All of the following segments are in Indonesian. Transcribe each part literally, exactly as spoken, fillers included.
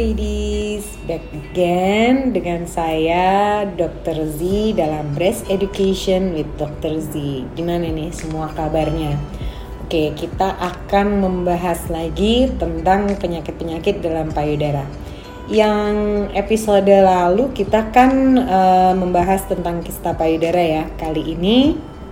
ladies, back again dengan saya dokter Z dalam Breast Education with dokter Z. Gimana nih semua kabarnya? Oke, kita akan membahas lagi tentang penyakit-penyakit dalam payudara. Yang episode lalu kita kan uh, membahas tentang kista payudara ya. Kali ini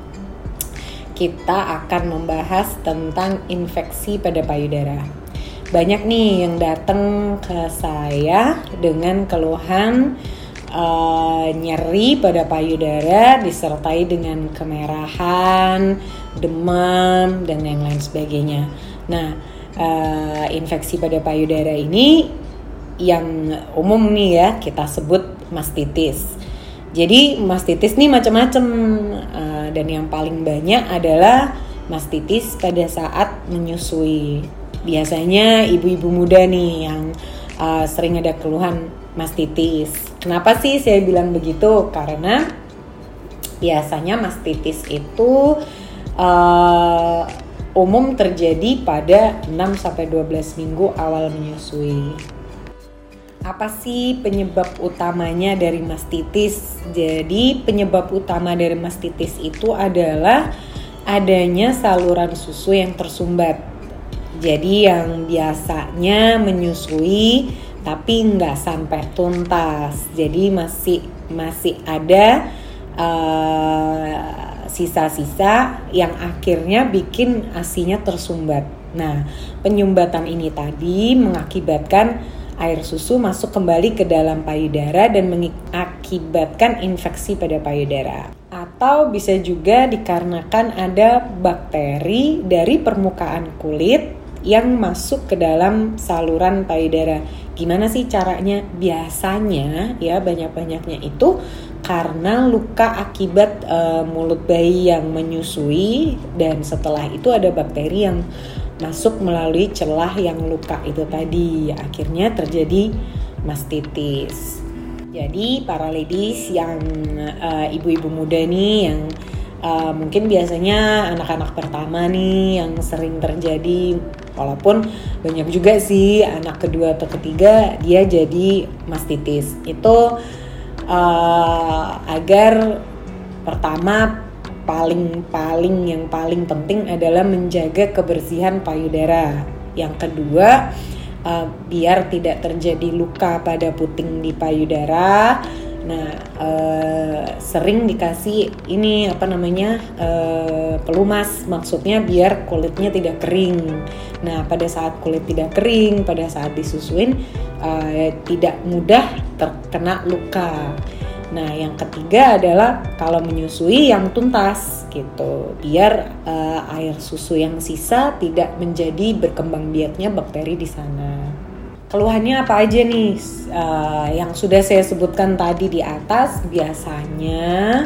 kita akan membahas tentang infeksi pada payudara. Banyak nih yang datang ke saya dengan keluhan uh, nyeri pada payudara disertai dengan kemerahan, demam, dan yang lain sebagainya. Nah, uh, infeksi pada payudara ini yang umum nih ya kita sebut mastitis. Jadi mastitis nih macam-macam uh, dan yang paling banyak adalah mastitis pada saat menyusui. Biasanya ibu-ibu muda nih yang uh, sering ada keluhan mastitis. Kenapa sih saya bilang begitu? Karena biasanya mastitis itu uh, umum terjadi pada enam sampai dua belas minggu awal menyusui. Apa sih penyebab utamanya dari mastitis? Jadi penyebab utama dari mastitis itu adalah adanya saluran susu yang tersumbat. Jadi yang biasanya menyusui tapi nggak sampai tuntas. Jadi masih masih ada uh, sisa-sisa yang akhirnya bikin asinya tersumbat. Nah, penyumbatan ini tadi mengakibatkan air susu masuk kembali ke dalam payudara dan mengakibatkan infeksi pada payudara. Atau bisa juga dikarenakan ada bakteri dari permukaan kulit yang masuk ke dalam saluran payudara. Gimana sih caranya? Biasanya ya banyak-banyaknya itu karena luka akibat e, mulut bayi yang menyusui, dan setelah itu ada bakteri yang masuk melalui celah yang luka itu tadi. Akhirnya terjadi mastitis. Jadi para ladies yang e, ibu-ibu muda nih yang Uh, mungkin biasanya anak-anak pertama nih yang sering terjadi, walaupun banyak juga sih anak kedua atau ketiga dia jadi mastitis. Itu uh, agar pertama paling-paling yang paling penting adalah menjaga kebersihan payudara. Yang kedua uh, biar tidak terjadi luka pada puting di payudara. Nah, uh, sering dikasih ini apa namanya uh, pelumas, maksudnya biar kulitnya tidak kering. Nah, pada saat kulit tidak kering, pada saat disusuin uh, tidak mudah terkena luka. Nah, yang ketiga adalah kalau menyusui yang tuntas gitu, biar uh, air susu yang sisa tidak menjadi berkembang biaknya bakteri di sana. Keluhannya apa aja nih? Uh, yang sudah saya sebutkan tadi di atas, biasanya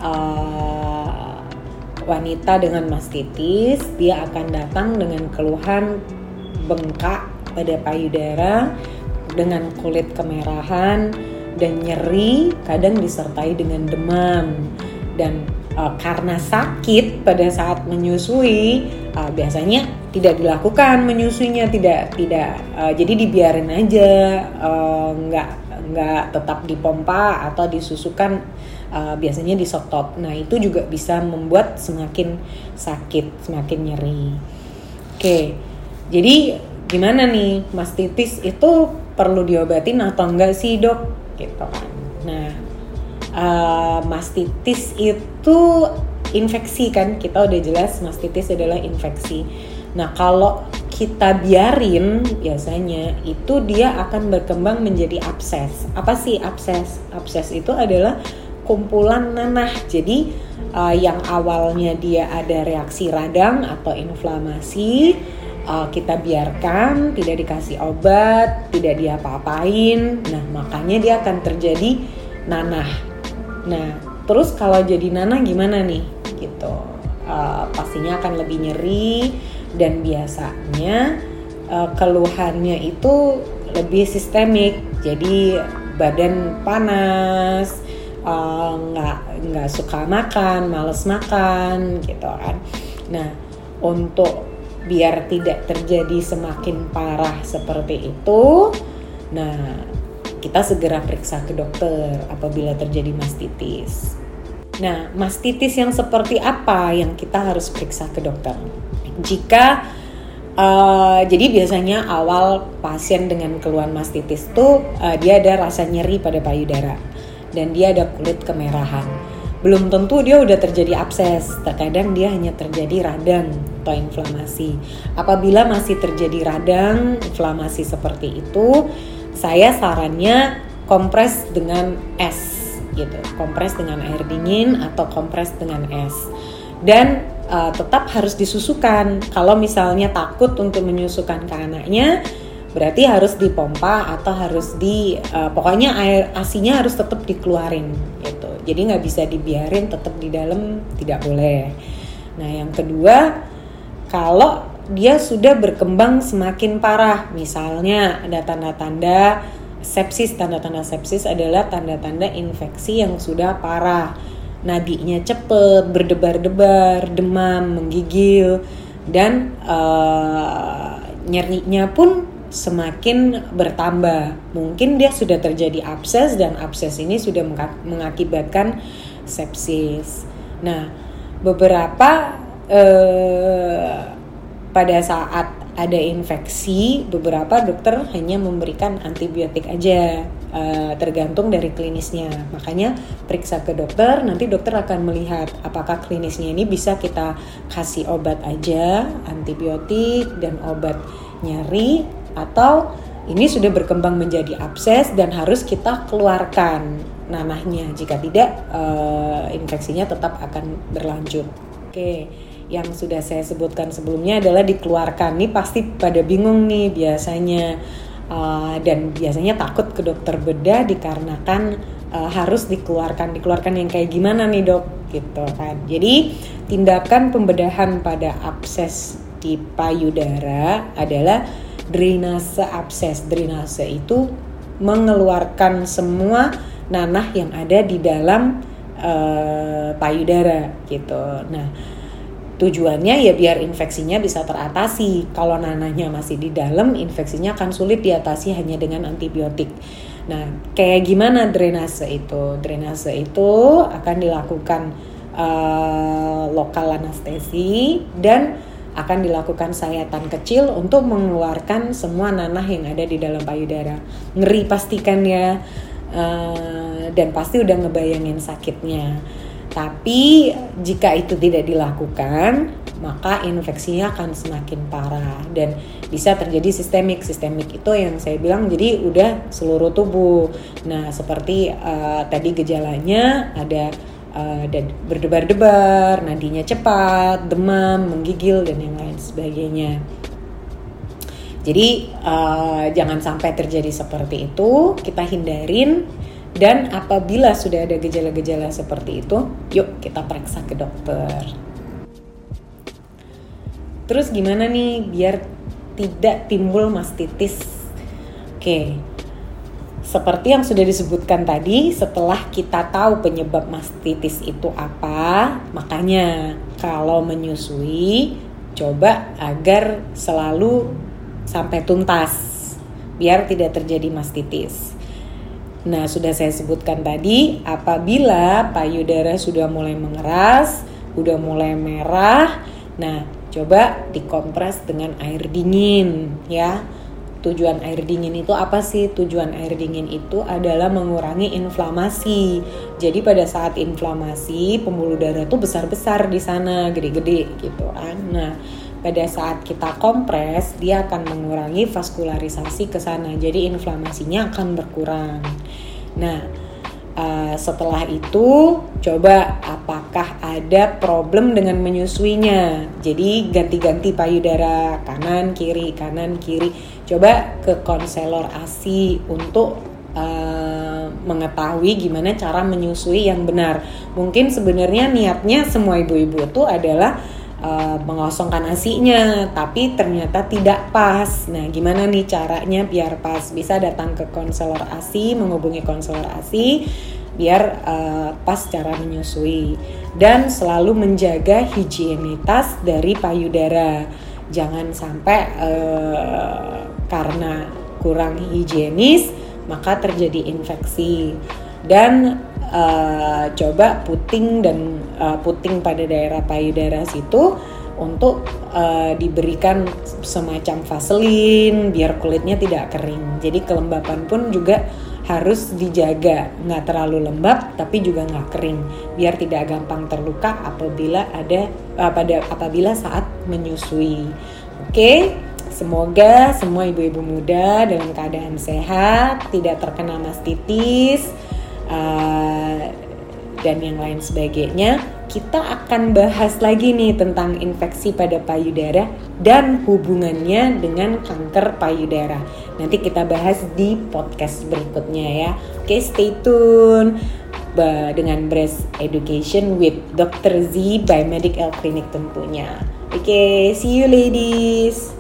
uh, wanita dengan mastitis dia akan datang dengan keluhan bengkak pada payudara dengan kulit kemerahan dan nyeri, kadang disertai dengan demam. Dan uh, karena sakit pada saat menyusui, uh, biasanya tidak dilakukan menyusuinya, tidak tidak uh, jadi dibiarin aja, uh, nggak nggak tetap dipompa atau disusukan, uh, biasanya disotop. Nah, itu juga bisa membuat semakin sakit, semakin nyeri. Oke, jadi gimana nih, mastitis itu perlu diobatin atau enggak sih dok? Gitu kan. Nah, uh, mastitis itu infeksi kan, kita udah jelas mastitis adalah infeksi. Nah, kalau kita biarin biasanya itu dia akan berkembang menjadi abses. Apa sih abses? Abses itu adalah kumpulan nanah. Jadi uh, yang awalnya dia ada reaksi radang atau inflamasi, uh, kita biarkan, tidak dikasih obat, tidak diapa-apain. Nah, makanya dia akan terjadi nanah. Nah, terus kalau jadi nanah gimana nih? Gitu. Uh, pastinya akan lebih nyeri. Dan biasanya uh, keluhannya itu lebih sistemik, jadi badan panas, uh, nggak nggak suka makan, males makan, gitu kan. Nah, untuk biar tidak terjadi semakin parah seperti itu, Nah, kita segera periksa ke dokter apabila terjadi mastitis. Nah, mastitis yang seperti apa yang kita harus periksa ke dokter? Jika uh, jadi biasanya awal pasien dengan keluhan mastitis tuh uh, dia ada rasa nyeri pada payudara dan dia ada kulit kemerahan. Belum tentu dia udah terjadi abses, terkadang dia hanya terjadi radang atau inflamasi. Apabila masih terjadi radang, inflamasi seperti itu, saya sarannya kompres dengan es gitu, kompres dengan air dingin atau kompres dengan es. Dan uh, tetap harus disusukan. Kalau misalnya takut untuk menyusukan ke anaknya, berarti harus dipompa atau harus di uh, pokoknya air asinya harus tetap dikeluarin gitu. Jadi nggak bisa dibiarin tetap di dalam, tidak boleh. Nah yang kedua, kalau dia sudah berkembang semakin parah, misalnya ada tanda-tanda sepsis. Tanda-tanda sepsis adalah tanda-tanda infeksi yang sudah parah. Nadinya cepet, berdebar-debar, demam, menggigil, dan uh, nyerinya pun semakin bertambah. Mungkin dia sudah terjadi abses dan abses ini sudah mengakibatkan sepsis. Nah, beberapa eh, pada saat ada infeksi, beberapa dokter hanya memberikan antibiotik aja, eh, tergantung dari klinisnya. Makanya periksa ke dokter, nanti dokter akan melihat apakah klinisnya ini bisa kita kasih obat aja, antibiotik dan obat nyeri, atau ini sudah berkembang menjadi abses dan harus kita keluarkan nanahnya. Jika tidak, uh, infeksinya tetap akan berlanjut. Oke, yang sudah saya sebutkan sebelumnya adalah dikeluarkan. Ini pasti pada bingung nih biasanya, uh, dan biasanya takut ke dokter bedah dikarenakan uh, harus dikeluarkan. Dikeluarkan yang kayak gimana nih dok? Gitu kan. Jadi tindakan pembedahan pada abses di payudara adalah drainase abses. Drainase itu mengeluarkan semua nanah yang ada di dalam uh, payudara gitu. Nah, tujuannya ya biar infeksinya bisa teratasi. Kalau nanahnya masih di dalam, infeksinya akan sulit diatasi hanya dengan antibiotik. Nah, kayak gimana drainase itu? Drainase itu akan dilakukan uh, lokal anestesi dan akan dilakukan sayatan kecil untuk mengeluarkan semua nanah yang ada di dalam payudara. Ngeri pastikan ya, uh, dan pasti udah ngebayangin sakitnya. Tapi jika itu tidak dilakukan, maka infeksinya akan semakin parah dan bisa terjadi sistemik. Sistemik itu yang saya bilang jadi udah seluruh tubuh. Nah seperti uh, tadi gejalanya ada Uh, dan berdebar-debar, nadinya cepat, demam, menggigil dan yang lain sebagainya. Jadi uh, jangan sampai terjadi seperti itu, kita hindarin. Dan apabila sudah ada gejala-gejala seperti itu, yuk kita periksa ke dokter. Terus gimana nih biar tidak timbul mastitis? Oke. Seperti yang sudah disebutkan tadi, setelah kita tahu penyebab mastitis itu apa, makanya kalau menyusui, coba agar selalu sampai tuntas, biar tidak terjadi mastitis. Nah, sudah saya sebutkan tadi, apabila payudara sudah mulai mengeras, sudah mulai merah, nah coba dikompres dengan air dingin ya. Tujuan air dingin itu apa sih? Tujuan air dingin itu adalah mengurangi inflamasi. Jadi pada saat inflamasi, pembuluh darah tuh besar-besar di sana, gede-gede gitu kan. Nah, pada saat kita kompres, dia akan mengurangi vaskularisasi ke sana. Jadi inflamasinya akan berkurang. Nah, Uh, setelah itu coba apakah ada problem dengan menyusuinya. Jadi ganti-ganti payudara, kanan kiri kanan kiri. Coba ke konselor A S I untuk uh, mengetahui gimana cara menyusui yang benar. Mungkin sebenarnya niatnya semua ibu-ibu itu adalah uh, mengosongkan A S I-nya, tapi ternyata tidak pas. Nah, gimana nih caranya biar pas? Bisa datang ke konselor A S I, menghubungi konselor A S I biar uh, pas cara menyusui, dan selalu menjaga higienitas dari payudara. Jangan sampai uh, karena kurang higienis, maka terjadi infeksi. Dan uh, coba puting dan uh, puting pada daerah payudara situ untuk uh, diberikan semacam vaselin biar kulitnya tidak kering. Jadi kelembapan pun juga harus dijaga, nggak terlalu lembab tapi juga nggak kering, biar tidak gampang terluka apabila ada uh, pada apabila saat menyusui. Oke, semoga semua ibu-ibu muda dalam keadaan sehat, tidak terkena mastitis uh, dan yang lain sebagainya. Kita akan bahas lagi nih tentang infeksi pada payudara dan hubungannya dengan kanker payudara. Nanti kita bahas di podcast berikutnya ya. Oke, stay tune dengan Breast Education with dokter Z by Medical Clinic tentunya. Oke, see you ladies.